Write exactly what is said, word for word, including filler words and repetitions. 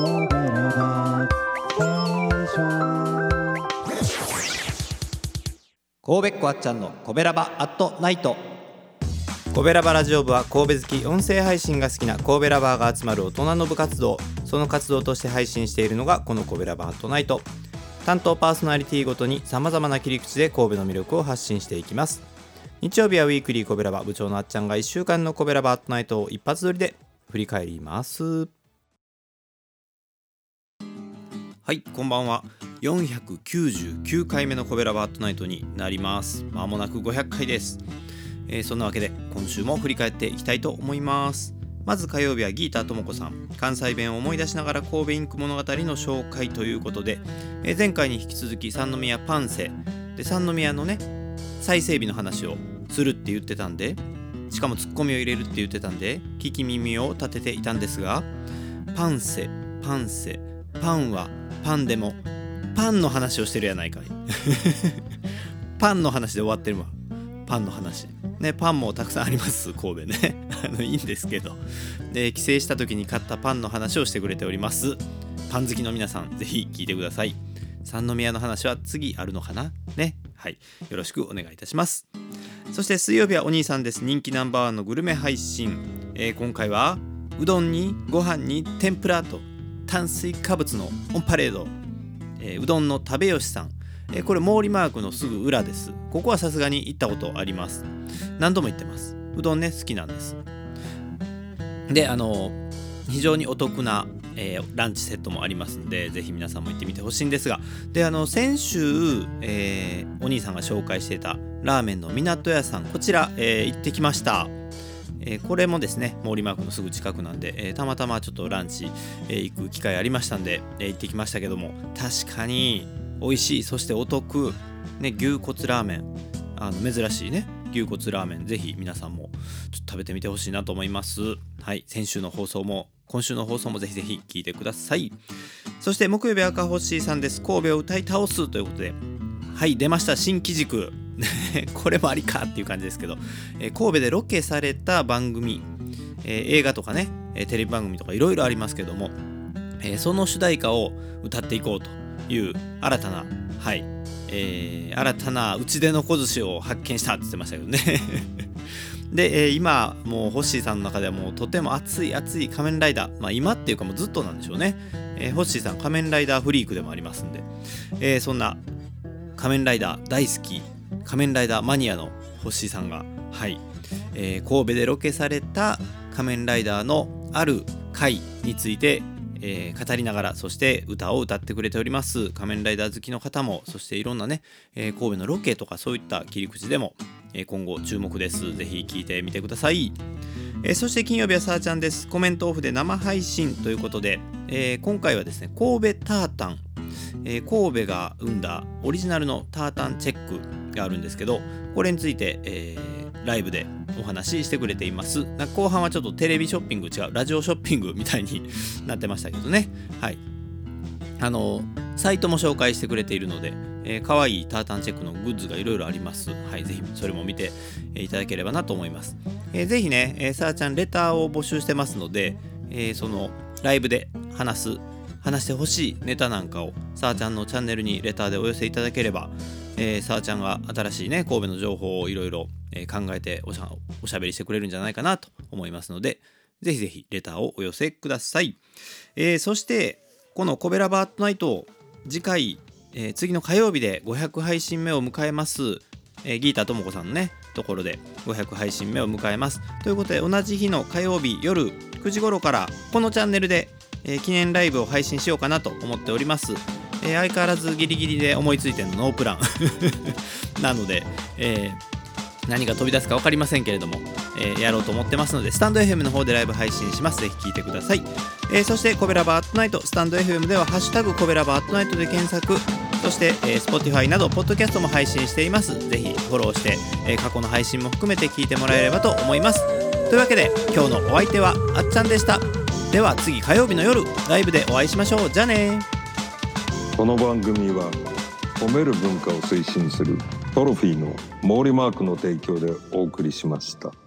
神戸っ子あっちゃんのコベラバアットナイト。コベラバラジオ部は神戸好き、音声配信が好きな神戸ラバーが集まる大人の部活動。その活動として配信しているのがこのコベラバアットナイト。担当パーソナリティごとに様々な切り口で神戸の魅力を発信していきます。日曜日はウィークリーコベラバ部長のあっちゃんがいっしゅうかんのコベラバアットナイトを一発撮りで振り返ります。はい、こんばんは。よんひゃくきゅうじゅうきゅうかいめのコベラバアットナイトになります。まもなくごひゃっかいです。えー、そんなわけで今週も振り返っていきたいと思います。まず火曜日はギーターともこさん、関西弁を思い出しながら神戸インク物語の紹介ということで、えー、前回に引き続き三宮パンセで三宮のね再整備の話をするって言ってたんで、しかもツッコミを入れるって言ってたんで聞き耳を立てていたんですが、パンセパンセパンはパンでもパンの話をしてるやないかいパンの話で終わってるわ。パンの話ね、パンもたくさんあります神戸ねあのいいんですけど、で帰省した時に買ったパンの話をしてくれております。パン好きの皆さんぜひ聞いてください。三宮の話は次あるのかなね。はい、よろしくお願いいたします。そして水曜日はお兄さんです。人気ナンバーワンのグルメ配信、えー、今回はうどんにご飯に天ぷらと炭水化物のオンパレード、えー、うどんの食べよしさん、えー、これ毛利マークのすぐ裏です。ここはさすがに行ったことあります。何度も行ってます。うどんね好きなんです。であの非常にお得な、えー、ランチセットもありますんで、ぜひ皆さんも行ってみてほしいんですが、であの先週、えー、お兄さんが紹介していたラーメンの港屋さん、こちら、えー、行ってきました。えー、これもですね毛利マークのすぐ近くなんで、えー、たまたまちょっとランチ、えー、行く機会ありましたんで、えー、行ってきましたけども、確かに美味しい、そしてお得、ね、牛骨ラーメン、あの珍しいね牛骨ラーメン、ぜひ皆さんもちょっと食べてみてほしいなと思います。はい、先週の放送も今週の放送もぜひぜひ聞いてください。そして木曜日赤星さんです。神戸を歌い倒すということで、はい出ました新機軸これもありかっていう感じですけど、えー、神戸でロケされた番組、えー、映画とかね、えー、テレビ番組とかいろいろありますけども、えー、その主題歌を歌っていこうという新たな、はい、えー、新たな打ち出の小寿司を発見したって言ってましたけどねで、えー、今もうホッシーさんの中ではもうとても熱い熱い仮面ライダー、まあ今っていうかもうずっとなんでしょうね、えー、ホッシーさん仮面ライダーフリークでもありますんで、えー、そんな仮面ライダー大好き仮面ライダーマニアのホッシーさんが、はい、えー、神戸でロケされた仮面ライダーのある回について、えー、語りながら、そして歌を歌ってくれております。仮面ライダー好きの方も、そしていろんなね、えー、神戸のロケとかそういった切り口でも、えー、今後注目です。ぜひ聞いてみてください。えー、そして金曜日はさーちゃんです。コメントオフで生配信ということで、えー、今回はですね神戸タータン、えー、神戸が生んだオリジナルのタータンチェックがあるんですけど、これについて、えー、ライブでお話ししてくれています。なんか後半はちょっとテレビショッピング、違うラジオショッピングみたいになってましたけどね。はい、あのサイトも紹介してくれているので、えー、かわいいタータンチェックのグッズがいろいろあります。はい、ぜひそれも見て、えー、いただければなと思います。えー、ぜひね、えー、さーちゃんレターを募集してますので、えー、そのライブで話す話してほしいネタなんかをさーちゃんのチャンネルにレターでお寄せいただければ、えー、さーちゃんが新しいね神戸の情報をいろいろ考えておしゃ、おしゃべりしてくれるんじゃないかなと思いますので、ぜひぜひレターをお寄せください。えー、そしてこのコベラバアットナイト次回、えー、次の火曜日でごひゃく配信目を迎えます。えー、ギーターともこさんのねところでごひゃく配信目を迎えますということで、同じ日の火曜日夜くじ頃からこのチャンネルで、えー、記念ライブを配信しようかなと思っております。えー、相変わらずギリギリで思いついてのノープランなので、えー、何が飛び出すか分かりませんけれども、えー、やろうと思ってますので、スタンド エフエム の方でライブ配信します。ぜひ聞いてください。えー、そしてコベラバアットナイトスタンド エフエム ではハッシュタグコベラバアットナイトで検索、そして、えー、Spotify などポッドキャストも配信しています。ぜひフォローして、えー、過去の配信も含めて聞いてもらえればと思います。というわけで今日のお相手はあっちゃんでした。では次火曜日の夜ライブでお会いしましょう。じゃあね。 この番組は褒める文化を推進するトロフィーの毛利マークの提供でお送りしました。